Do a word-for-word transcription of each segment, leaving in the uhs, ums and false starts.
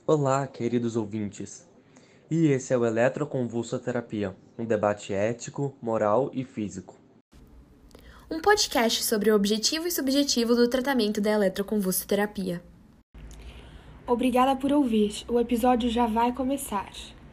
Olá, queridos ouvintes. E esse é o Eletroconvulsoterapia, um debate ético, moral e físico. Um podcast sobre o objetivo e subjetivo do tratamento da eletroconvulsoterapia. Obrigada por ouvir. O episódio já vai começar.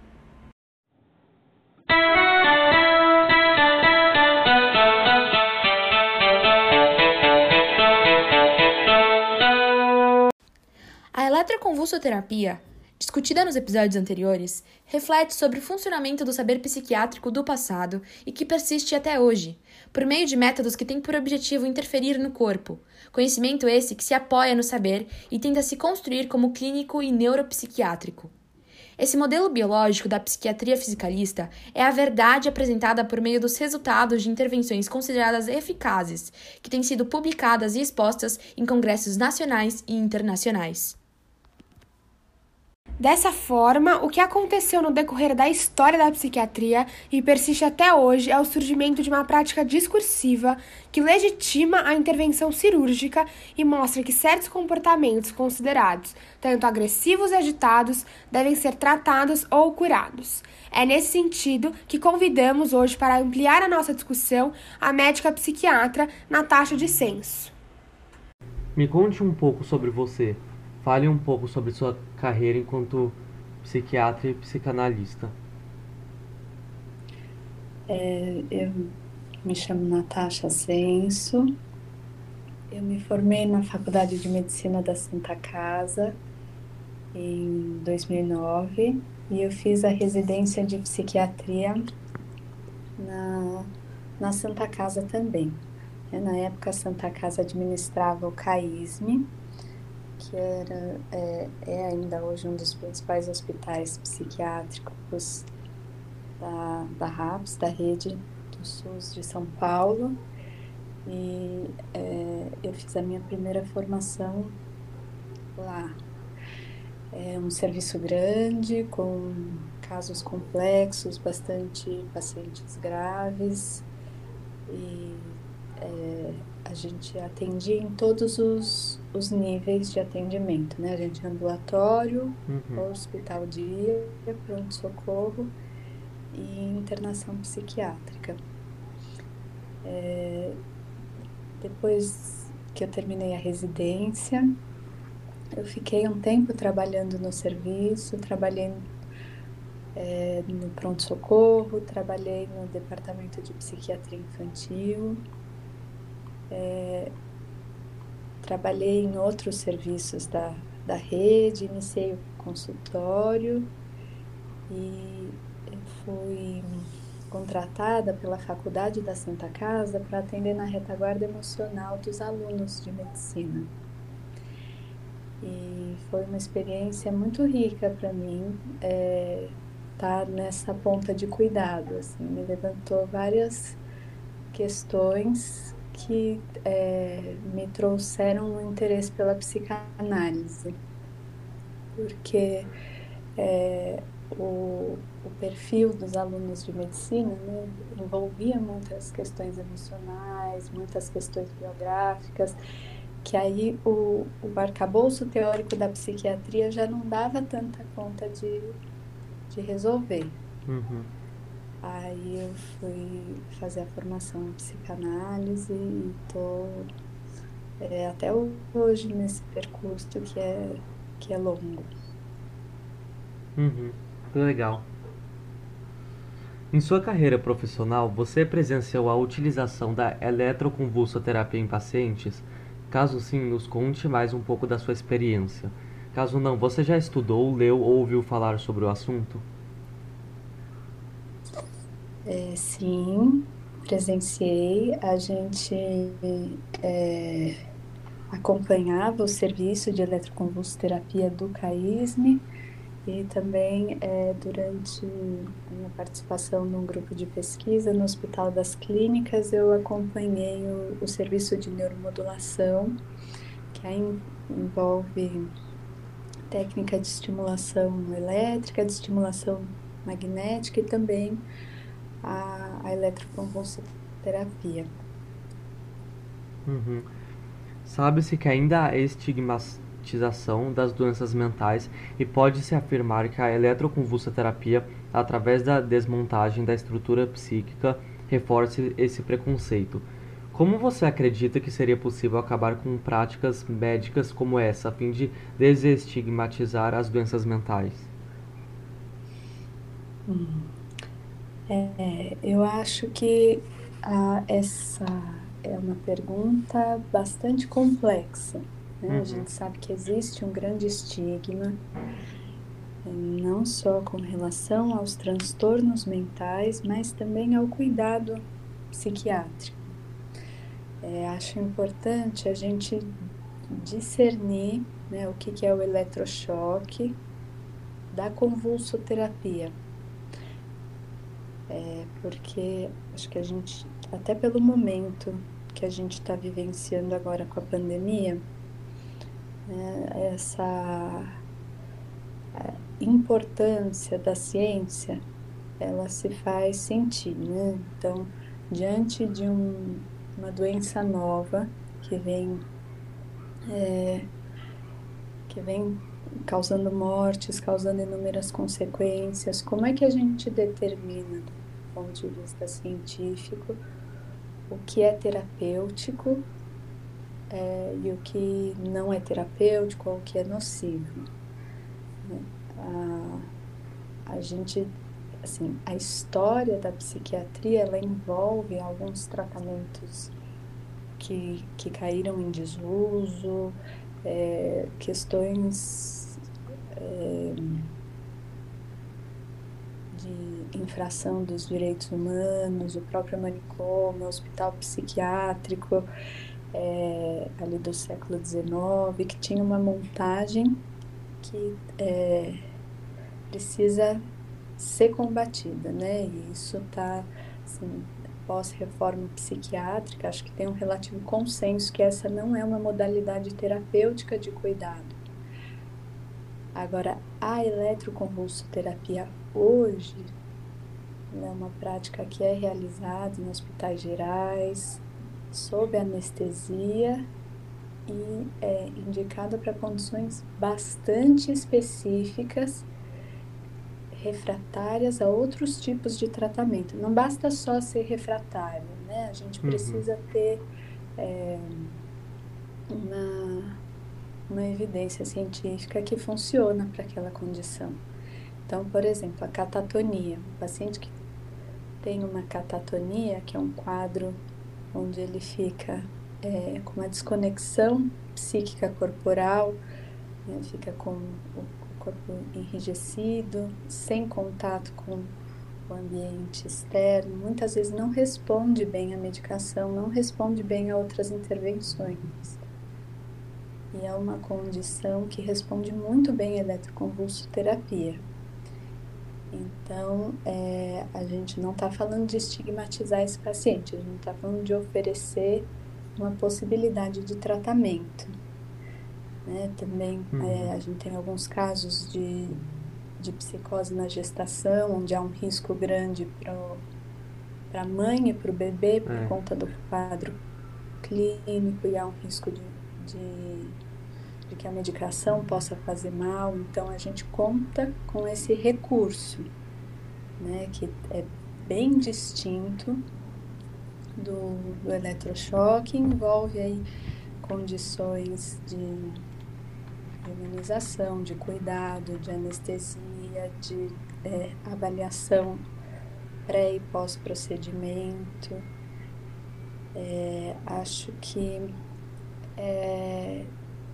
A eletroconvulsoterapia, discutida nos episódios anteriores, reflete sobre o funcionamento do saber psiquiátrico do passado e que persiste até hoje, por meio de métodos que têm por objetivo interferir no corpo, conhecimento esse que se apoia no saber e tenta se construir como clínico e neuropsiquiátrico. Esse modelo biológico da psiquiatria fisicalista é a verdade apresentada por meio dos resultados de intervenções consideradas eficazes, que têm sido publicadas e expostas em congressos nacionais e internacionais. Dessa forma, o que aconteceu no decorrer da história da psiquiatria e persiste até hoje é o surgimento de uma prática discursiva que legitima a intervenção cirúrgica e mostra que certos comportamentos considerados tanto agressivos e agitados devem ser tratados ou curados. É nesse sentido que convidamos hoje para ampliar a nossa discussão a médica psiquiatra Natasha Dissenso. Me conte um pouco sobre você. Fale um pouco sobre sua carreira enquanto psiquiatra e psicanalista. É, eu me chamo Natasha Dissenso. Eu me formei na Faculdade de Medicina da Santa Casa em dois mil e nove e eu fiz a residência de psiquiatria na, na Santa Casa também. Na época, a Santa Casa administrava o CAISM, que era, é, é ainda hoje um dos principais hospitais psiquiátricos da, da RAPS, da Rede do SUS de São Paulo. E é, eu fiz a minha primeira formação lá. É um serviço grande, com casos complexos, bastante pacientes graves, e é, a gente atendia em todos os, os níveis de atendimento, né? A gente é ambulatório, Uhum. hospital dia, pronto-socorro e internação psiquiátrica. É, depois que eu terminei a residência, eu fiquei um tempo trabalhando no serviço, trabalhei é, no pronto-socorro, trabalhei no departamento de psiquiatria infantil, é, trabalhei em outros serviços da, da rede, iniciei o consultório e eu fui contratada pela Faculdade da Santa Casa para atender na retaguarda emocional dos alunos de medicina. E foi uma experiência muito rica para mim, é, estar nessa ponta de cuidado, assim, me levantou várias questões que é, me trouxeram um interesse pela psicanálise, porque é, o, o perfil dos alunos de medicina, né, envolvia muitas questões emocionais, muitas questões biográficas, que aí o, o arcabouço teórico da psiquiatria já não dava tanta conta de, de resolver. Uhum. Aí eu fui fazer a formação em psicanálise e estou é, até hoje nesse percurso que é, que é longo. Uhum. Que legal. Em sua carreira profissional, você presenciou a utilização da eletroconvulsoterapia em pacientes? Caso sim, nos conte mais um pouco da sua experiência. Caso não, você já estudou, leu ou ouviu falar sobre o assunto? É, sim, presenciei. A gente é, acompanhava o serviço de eletroconvulsoterapia do CAISM e também é, durante a minha participação num grupo de pesquisa no Hospital das Clínicas, eu acompanhei o, o serviço de neuromodulação, que aí envolve técnica de estimulação elétrica, de estimulação magnética e também a, a eletroconvulsoterapia. Uhum. Sabe-se que ainda há estigmas, estigmatização das doenças mentais e pode-se afirmar que a eletroconvulsoterapia, através da desmontagem da estrutura psíquica, reforce esse preconceito. Como você acredita que seria possível acabar com práticas médicas como essa, a fim de desestigmatizar as doenças mentais? Hum. É, eu acho que ah, essa é uma pergunta bastante complexa, né? Uhum. A gente sabe que existe um grande estigma, não só com relação aos transtornos mentais, mas também ao cuidado psiquiátrico. É, acho importante a gente discernir, né, o que, que é o eletrochoque da convulsoterapia. É, porque acho que a gente, até pelo momento que a gente está vivenciando agora com a pandemia, né, essa importância da ciência, ela se faz sentir, né? Então, diante de um, uma doença nova que vem, é, que vem causando mortes, causando inúmeras consequências, como é que a gente determina, do ponto de vista científico, o que é terapêutico é, e o que não é terapêutico ou o que é nocivo, né? A, a gente, assim, a história da psiquiatria, ela envolve alguns tratamentos que, que caíram em desuso, é, questões é, de infração dos direitos humanos, o próprio manicômio, o hospital psiquiátrico, é, ali do século dezenove, que tinha uma montagem que é, precisa ser combatida, né? E isso está, assim, pós-reforma psiquiátrica, acho que tem um relativo consenso que essa não é uma modalidade terapêutica de cuidado. Agora, a eletroconvulsoterapia hoje é uma prática que é realizada em hospitais gerais, sob anestesia e é indicada para condições bastante específicas, refratárias a outros tipos de tratamento. Não basta só ser refratário, né? A gente precisa Uhum. ter é, uma, uma evidência científica que funciona para aquela condição. Então, por exemplo, a catatonia. O paciente que tem uma catatonia, que é um quadro onde ele fica é, com uma desconexão psíquica corporal, né? Fica com o corpo enrijecido, sem contato com o ambiente externo, muitas vezes não responde bem à medicação, não responde bem a outras intervenções. E é uma condição que responde muito bem à eletroconvulsoterapia. Então, é, a gente não está falando de estigmatizar esse paciente, a gente está falando de oferecer uma possibilidade de tratamento, né? Também Uhum. é, a gente tem alguns casos de, de psicose na gestação, onde há um risco grande para a mãe e para o bebê por É. conta do quadro clínico, e há um risco de, de, de que a medicação possa fazer mal. Então, a gente conta com esse recurso, né, que é bem distinto do, do eletrochoque, envolve aí condições de, de humanização, de cuidado, de anestesia, de é, avaliação pré e pós-procedimento. É, acho que é,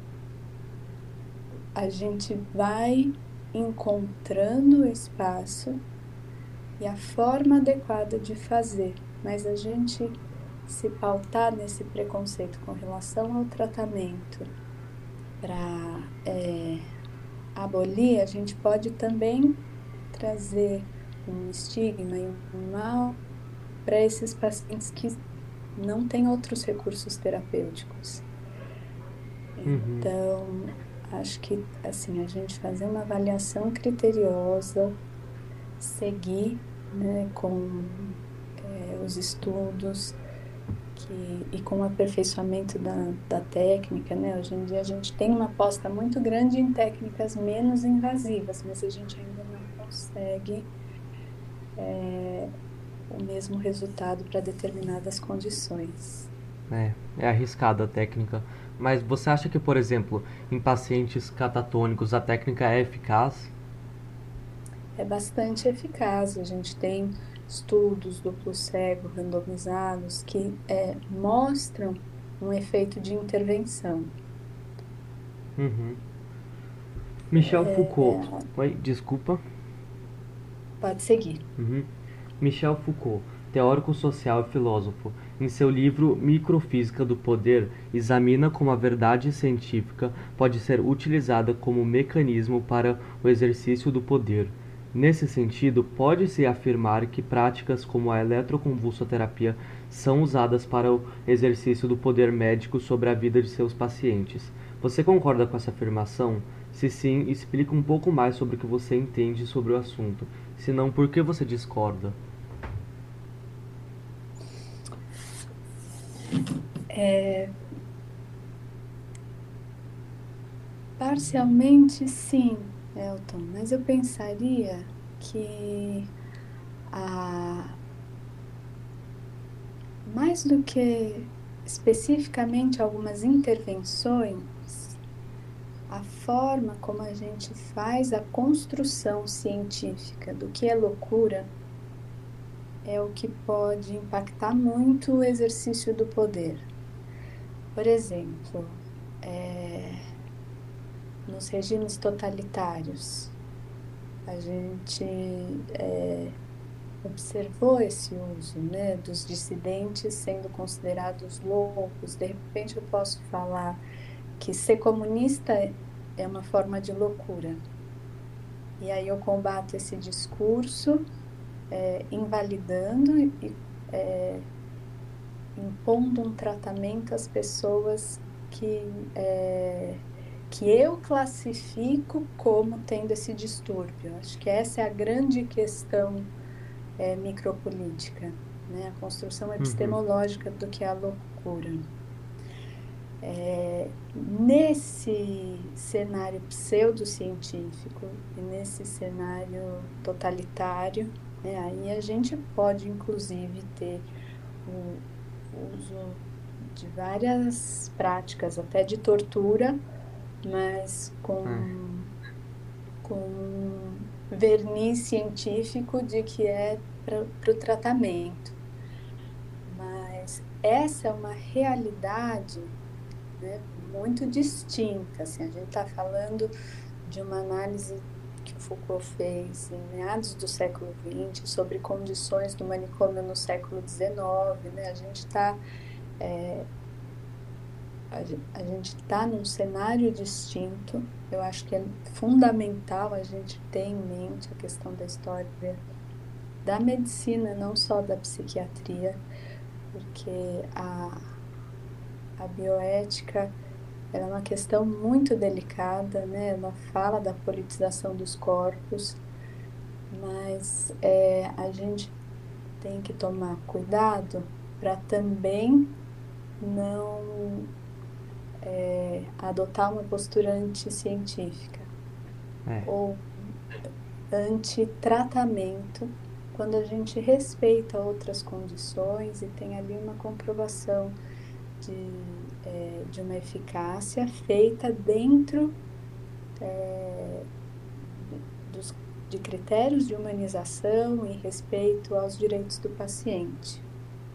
a gente vai encontrando o espaço e a forma adequada de fazer, mas a gente se pautar nesse preconceito com relação ao tratamento para é, abolir, a gente pode também trazer um estigma e um mal para esses pacientes que não têm outros recursos terapêuticos. Uhum. Então, acho que assim, a gente fazer uma avaliação criteriosa, seguir, né, com é, os estudos, que, e com o aperfeiçoamento da, da técnica, né? Hoje em dia a gente tem uma aposta muito grande em técnicas menos invasivas, mas a gente ainda não consegue é, o mesmo resultado para determinadas condições. É, é arriscada a técnica. Mas você acha que, por exemplo, em pacientes catatônicos a técnica é eficaz? É bastante eficaz. A gente tem estudos duplo cego randomizados que é, mostram um efeito de intervenção. Uhum. Michel Foucault. É, Oi, desculpa. pode seguir. Uhum. Michel Foucault, teórico social e filósofo, em seu livro Microfísica do Poder, examina como a verdade científica pode ser utilizada como mecanismo para o exercício do poder. Nesse sentido, pode-se afirmar que práticas como a eletroconvulsoterapia são usadas para o exercício do poder médico sobre a vida de seus pacientes. Você concorda com essa afirmação? Se sim, explique um pouco mais sobre o que você entende sobre o assunto. Se não, por que você discorda? É, parcialmente sim, Elton, mas eu pensaria que a, mais do que especificamente algumas intervenções, a forma como a gente faz a construção científica do que é loucura é o que pode impactar muito o exercício do poder. Por exemplo, é, nos regimes totalitários, a gente é, observou esse uso, né, dos dissidentes sendo considerados loucos. De repente eu posso falar que ser comunista é uma forma de loucura. E aí eu combato esse discurso, é, invalidando e é, impondo um tratamento às pessoas que, é, que eu classifico como tendo esse distúrbio. Acho que essa é a grande questão é, micropolítica, né? A construção epistemológica do que é a loucura. É, nesse cenário pseudocientífico e nesse cenário totalitário, né, aí a gente pode inclusive ter o uso de várias práticas, até de tortura, mas com, hum. com verniz científico de que é para o tratamento. Mas essa é uma realidade, né, muito distinta. Assim, a gente está falando de uma análise que o Foucault fez em meados do século vinte sobre condições do manicômio no século dezenove, né? A gente está é, a gente está num cenário distinto. Eu acho que é fundamental a gente ter em mente a questão da história da medicina, não só da psiquiatria, porque a, a bioética ela é uma questão muito delicada, né? Ela fala da politização dos corpos, mas é, a gente tem que tomar cuidado para também não é, adotar uma postura anticientífica é. ou antitratamento, quando a gente respeita outras condições e tem ali uma comprovação de, é, de uma eficácia feita dentro é, dos, de critérios de humanização e respeito aos direitos do paciente.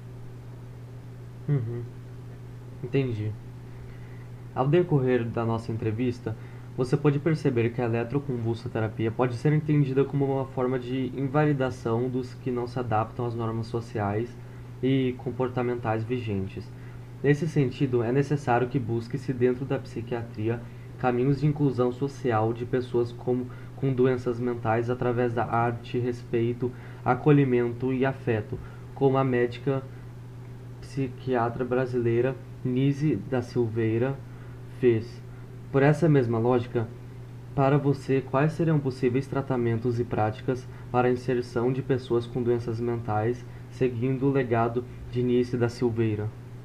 Uhum. Entendi. Ao decorrer da nossa entrevista, você pode perceber que a eletroconvulsoterapia pode ser entendida como uma forma de invalidação dos que não se adaptam às normas sociais e comportamentais vigentes. Nesse sentido, é necessário que busque-se dentro da psiquiatria caminhos de inclusão social de pessoas com, com doenças mentais através da arte, respeito, acolhimento e afeto, como a médica psiquiatra brasileira Nise da Silveira fez. Por essa mesma lógica, para você, quais seriam possíveis tratamentos e práticas para a inserção de pessoas com doenças mentais, seguindo o legado de Nise da Silveira?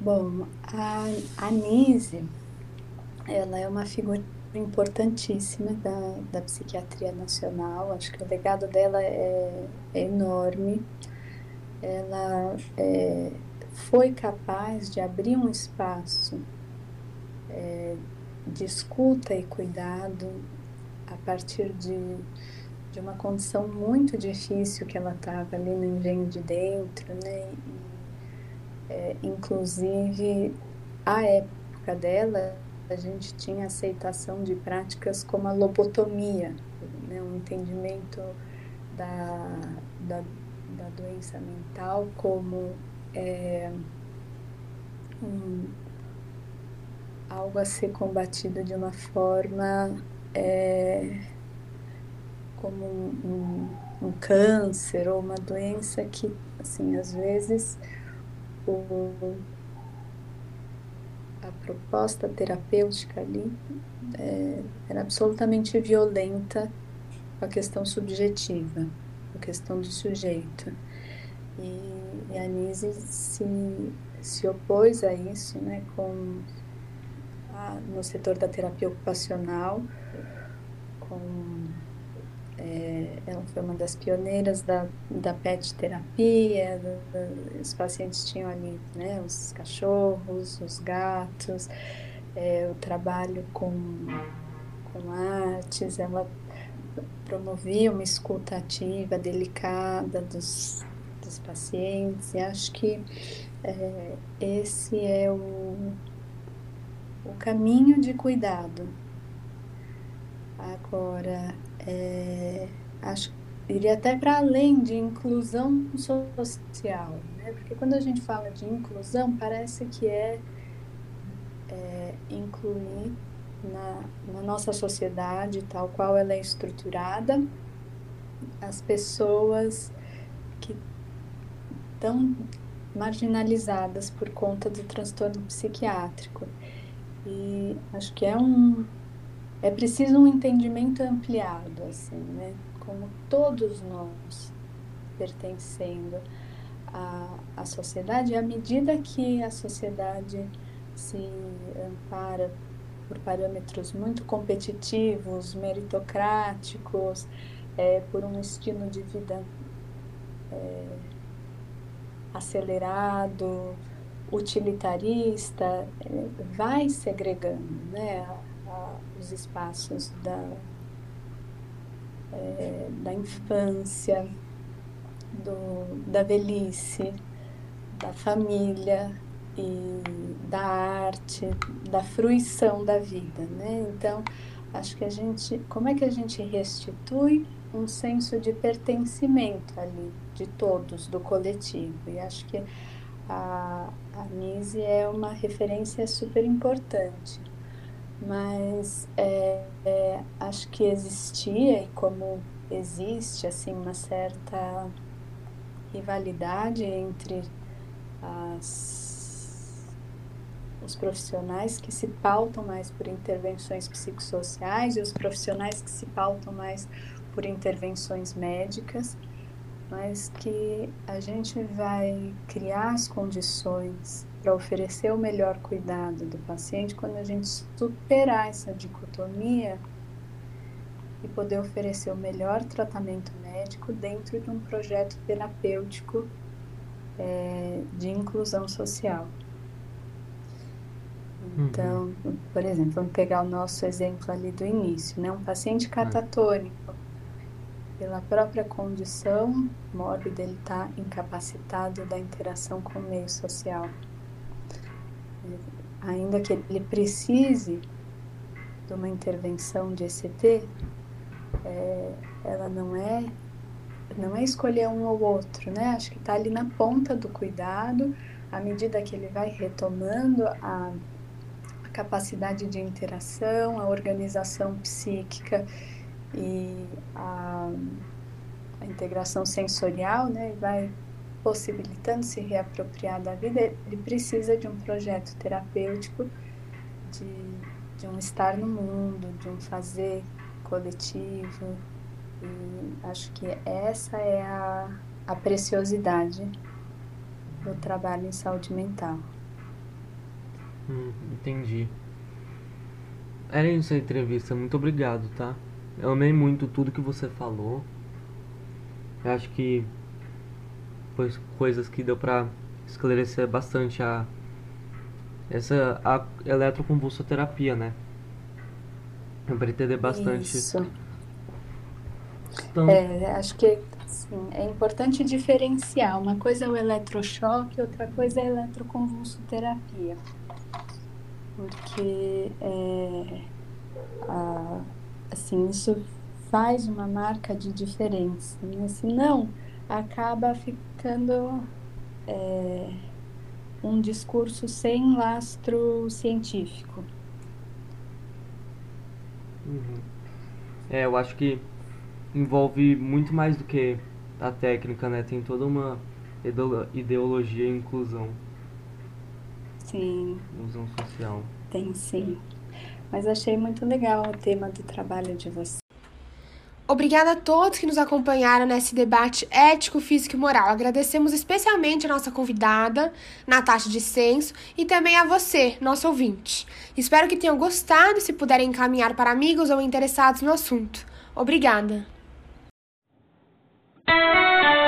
Bom, a a Anise, ela é uma figura importantíssima da, da psiquiatria nacional. Acho que o legado dela é, é enorme. Ela é, foi capaz de abrir um espaço é, de escuta e cuidado a partir de, de uma condição muito difícil que ela estava ali no Engenho de Dentro, né? E, é, inclusive, a época dela, a gente tinha aceitação de práticas como a lobotomia, né? Um entendimento da, da, da doença mental como é, um, algo a ser combatido de uma forma é, como um, um, um câncer ou uma doença que, assim, às vezes o, a proposta terapêutica ali é, era absolutamente violenta com a questão subjetiva, a questão do sujeito. E, e a Anise se, se opôs a isso, né, com a, no setor da terapia ocupacional, com, é, ela foi uma das pioneiras da, da pet terapia, da, da, os pacientes tinham ali, né, os cachorros, os gatos, é, o trabalho com, com artes, ela promovia uma escuta ativa, delicada dos, dos pacientes, e acho que é, esse é o, o caminho de cuidado. Agora, é, acho que iria até para além de inclusão social, né? Porque quando a gente fala de inclusão, parece que é, é incluir na, na nossa sociedade, tal qual ela é estruturada, as pessoas que estão marginalizadas por conta do transtorno psiquiátrico. E acho que é um é preciso um entendimento ampliado, assim, né? Como todos nós pertencendo à, à sociedade, à medida que a sociedade se ampara por parâmetros muito competitivos, meritocráticos, é, por um estilo de vida é, acelerado, utilitarista, é, vai segregando, né, a, a, os espaços da, é, da infância, do, da velhice, da família e da arte, da fruição da vida, né? Então, acho que a gente, como é que a gente restitui um senso de pertencimento ali, de todos, do coletivo? E acho que a, a Anise é uma referência super importante, mas é, é, acho que existia, e como existe, assim, uma certa rivalidade entre as, os profissionais que se pautam mais por intervenções psicossociais e os profissionais que se pautam mais por intervenções médicas, mas que a gente vai criar as condições para oferecer o melhor cuidado do paciente quando a gente superar essa dicotomia e poder oferecer o melhor tratamento médico dentro de um projeto terapêutico é, de inclusão social. Então, uhum. Por exemplo, vamos pegar o nosso exemplo ali do início, né? Um paciente catatônico, pela própria condição mórbida, ele está incapacitado da interação com o meio social. Ainda que ele precise de uma intervenção de E C T, é, ela não é, não é escolher um ou outro, né? Acho que está ali na ponta do cuidado, à medida que ele vai retomando a, a capacidade de interação, a organização psíquica e a, a integração sensorial, né? E vai possibilitando se reapropriar da vida, ele precisa de um projeto terapêutico, de, de um estar no mundo, de um fazer coletivo, e acho que essa é a, a preciosidade do trabalho em saúde mental. Hum, entendi. Era isso a entrevista. Muito obrigado, tá? Eu amei muito tudo que você falou. Eu acho que foi coisas que deu pra esclarecer bastante a essa a eletroconvulsoterapia, né? Deu pra entender bastante. Isso. Então, É, acho que assim, é importante diferenciar. Uma coisa é o eletrochoque, outra coisa é a eletroconvulsoterapia. Porque é, a- assim, isso faz uma marca de diferença, né? Senão, acaba ficando é, um discurso sem lastro científico. uhum. É, eu acho que envolve muito mais do que a técnica, né? Tem toda uma ideo- ideologia e inclusão, Sim, inclusão social. tem sim. Mas achei muito legal o tema do trabalho de você. Obrigada a todos que nos acompanharam nesse debate ético, físico e moral. Agradecemos especialmente a nossa convidada, Natasha de Senso, e também a você, nosso ouvinte. Espero que tenham gostado e se puderem encaminhar para amigos ou interessados no assunto. Obrigada!